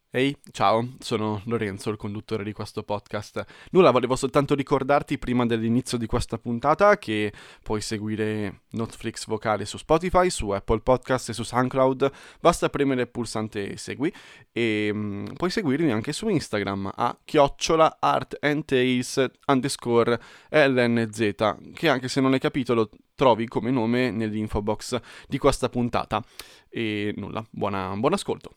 Ehi, ciao, sono Lorenzo, il conduttore di questo podcast. Nulla, volevo soltanto ricordarti prima dell'inizio di questa puntata che puoi seguire Netflix vocale su Spotify, su Apple Podcast e su SoundCloud. Basta premere il pulsante segui e puoi seguirmi anche su Instagram a @artandtales_LNZ, che anche se non hai capito lo trovi come nome nell'info box di questa puntata. E nulla, buon ascolto.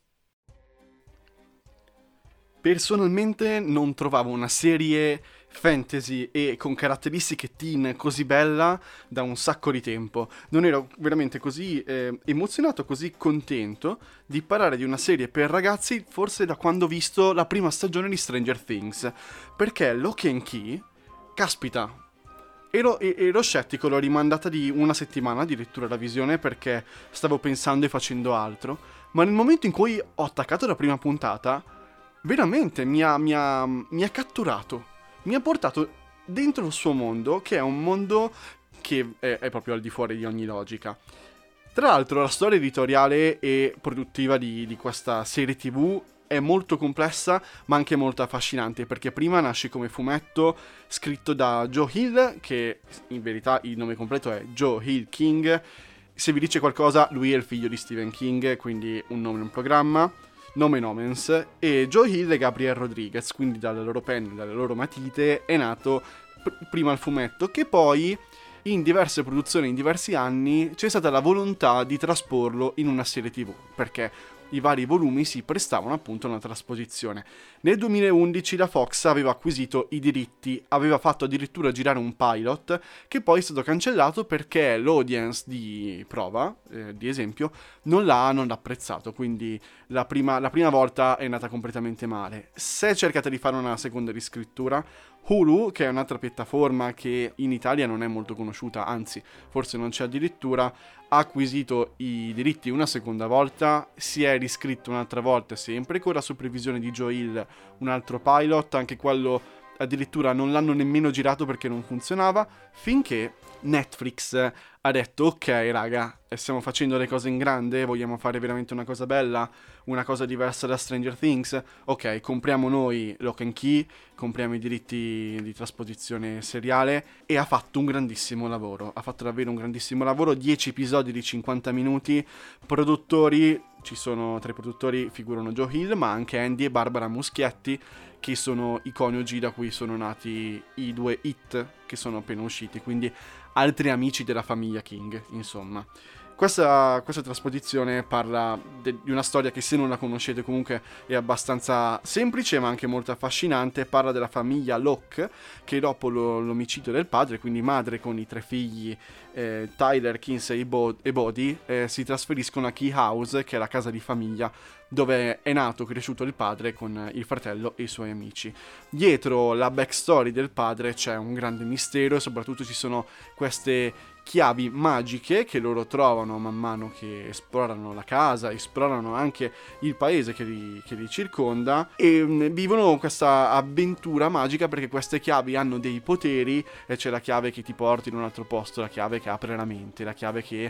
Personalmente non trovavo una serie fantasy e con caratteristiche teen così bella da un sacco di tempo. Non ero veramente così emozionato, così contento di parlare di una serie per ragazzi forse da quando ho visto la prima stagione di Stranger Things. Perché Lock and Key, caspita, ero scettico, l'ho rimandata di una settimana addirittura la visione perché stavo pensando e facendo altro. Ma nel momento in cui ho attaccato la prima puntata, veramente mi ha catturato. Mi ha portato dentro il suo mondo, che è un mondo che è proprio al di fuori di ogni logica. Tra l'altro, la storia editoriale e produttiva di questa serie TV è molto complessa, ma anche molto affascinante, perché prima nasce come fumetto scritto da Joe Hill, che in verità il nome completo è Joe Hill King. Se vi dice qualcosa, lui è il figlio di Stephen King, quindi un nome in un programma. Nome Nomens, e Joe Hill e Gabriel Rodriguez, quindi dalle loro penne, dalle loro matite è nato prima il fumetto, che poi in diverse produzioni, in diversi anni, c'è stata la volontà di trasporlo in una serie TV, perché i vari volumi si prestavano appunto a una trasposizione. Nel 2011 la Fox aveva acquisito i diritti, aveva fatto addirittura girare un pilot che poi è stato cancellato perché l'audience di prova, di esempio, non l'ha apprezzato, quindi la prima volta è andata completamente male. Se cercate di fare una seconda riscrittura, Hulu, che è un'altra piattaforma che in Italia non è molto conosciuta, anzi forse non c'è addirittura, ha acquisito i diritti una seconda volta, si è riscritto un'altra volta sempre con la supervisione di Joe Hill, un altro pilot, anche quello addirittura non l'hanno nemmeno girato perché non funzionava, finché Netflix ha detto ok raga, stiamo facendo le cose in grande, vogliamo fare veramente una cosa bella, una cosa diversa da Stranger Things, ok, compriamo noi Lock and Key, compriamo i diritti di trasposizione seriale, e ha fatto un grandissimo lavoro, ha fatto davvero un grandissimo lavoro, 10 episodi di 50 minuti, produttori, ci sono tra i produttori figurano Joe Hill, ma anche Andy e Barbara Muschietti, che sono i coniugi da cui sono nati i due It che sono appena usciti, quindi altri amici della famiglia King, insomma. Questa trasposizione parla di una storia che, se non la conoscete, comunque è abbastanza semplice ma anche molto affascinante. Parla della famiglia Locke, che dopo l'omicidio del padre, quindi madre con i tre figli Tyler, Kinsey e Bodhi, si trasferiscono a Key House, che è la casa di famiglia dove è nato e cresciuto il padre con il fratello e i suoi amici. Dietro la backstory del padre c'è un grande mistero e soprattutto ci sono queste chiavi magiche che loro trovano man mano che esplorano la casa, esplorano anche il paese che li circonda, e vivono questa avventura magica perché queste chiavi hanno dei poteri, e c'è la chiave che ti porta in un altro posto, la chiave che apre la mente, la chiave che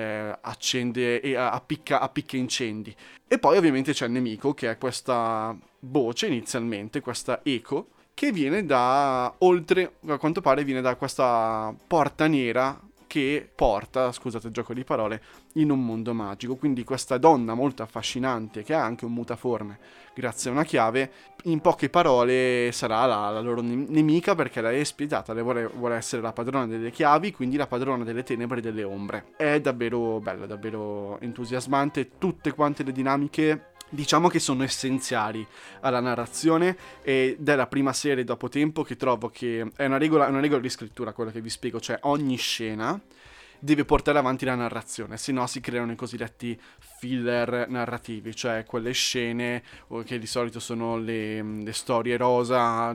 accende e appicca incendi. E poi ovviamente c'è il nemico, che è questa voce inizialmente, questa eco, che viene da oltre, a quanto pare viene da questa porta nera che porta, scusate il gioco di parole, in un mondo magico. Quindi questa donna molto affascinante, che ha anche un mutaforme grazie a una chiave, in poche parole sarà la loro nemica, perché lei è spietata, lei vuole essere la padrona delle chiavi, quindi la padrona delle tenebre e delle ombre. È davvero bella, davvero entusiasmante, tutte quante le dinamiche diciamo che sono essenziali alla narrazione, ed è la prima serie dopo tempo che trovo che è una regola di scrittura quella che vi spiego, cioè ogni scena deve portare avanti la narrazione, se no si creano i cosiddetti filler narrativi, cioè quelle scene che di solito sono le storie rosa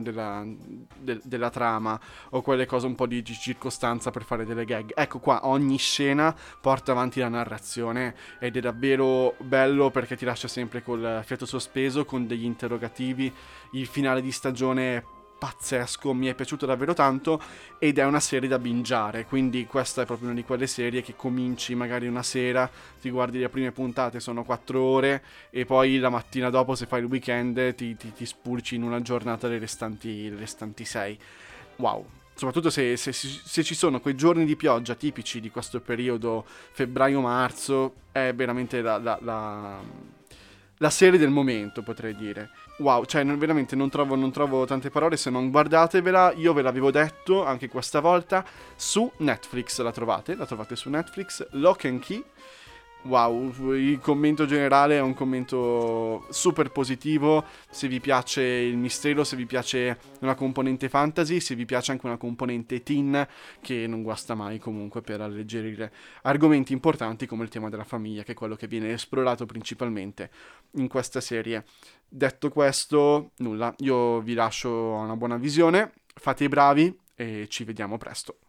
della trama, o quelle cose un po' di circostanza per fare delle gag. Ecco qua, ogni scena porta avanti la narrazione ed è davvero bello perché ti lascia sempre col fiato sospeso, con degli interrogativi. Il finale di stagione pazzesco, mi è piaciuto davvero tanto ed è una serie da bingiare, quindi questa è proprio una di quelle serie che cominci magari una sera, ti guardi le prime puntate, sono 4 ore e poi la mattina dopo, se fai il weekend, ti spulci in una giornata le restanti 6. Wow. Soprattutto se ci sono quei giorni di pioggia tipici di questo periodo febbraio-marzo, è veramente la serie del momento, potrei dire. Wow, cioè veramente non trovo tante parole, se non guardatevela. Io ve l'avevo detto anche questa volta, su Netflix la trovate su Netflix, Lock and Key. Wow, il commento generale è un commento super positivo. Se vi piace il mistero, se vi piace una componente fantasy, se vi piace anche una componente teen, che non guasta mai comunque per alleggerire argomenti importanti come il tema della famiglia, che è quello che viene esplorato principalmente in questa serie. Detto questo, nulla, io vi lascio una buona visione, fate i bravi e ci vediamo presto.